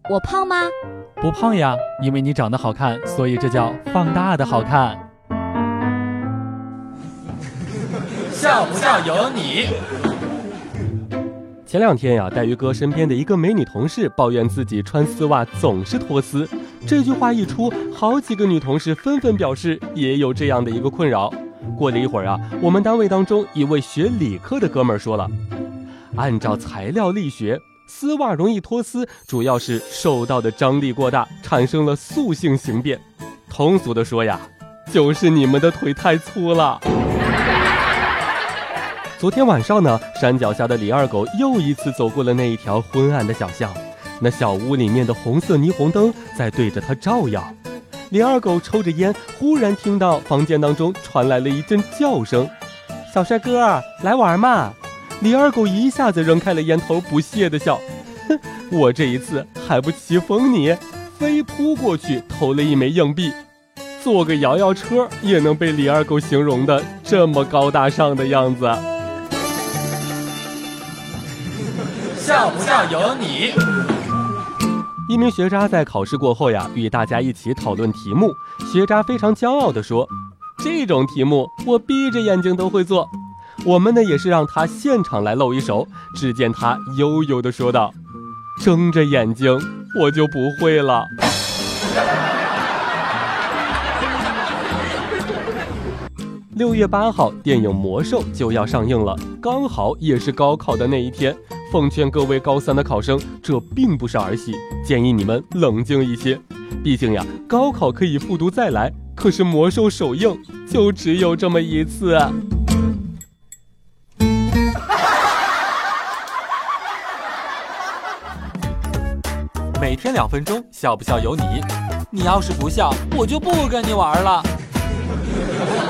我胖吗？ 不胖呀，因为你长得好看，所以这叫放大的好看。 笑不笑由你。 前2天呀，带鱼哥身边的一个美女同事抱怨自己穿丝袜总是脱丝，这句话一出，好几个女同事纷纷表示也有这样的一个困扰。过了一会儿啊，我们单位当中一位学理科的哥们儿说了，按照材料力学，丝袜容易脱丝，主要是受到的张力过大，产生了塑性形变。通俗的说呀，就是你们的腿太粗了。昨天晚上呢，山脚下的李二狗又一次走过了那一条昏暗的小巷，那小屋里面的红色霓虹灯在对着它照耀。李二狗抽着烟，忽然听到房间当中传来了一阵叫声：“小帅哥，来玩嘛！”李二狗一下子扔开了烟头，不屑地笑：“哼，我这一次还不棋逢你！”飞扑过去投了一枚硬币。坐个摇摇车也能被李二狗形容的这么高大上的样子。 笑不笑由你。 一名学渣在考试过后呀，与大家一起讨论题目。学渣非常骄傲地说：“这种题目我闭着眼睛都会做。”我们呢也是让他现场来露一手。只见他悠悠地说道：“睁着眼睛我就不会了。”6月8号，电影《魔兽》就要上映了，刚好也是高考的那一天。奉劝各位高3的考生，这并不是儿戏，建议你们冷静一些。毕竟呀，高考可以复读再来，可是魔兽首映就只有这么一次。 每天2分钟，笑不笑由你。你要是不笑，我就不跟你玩了。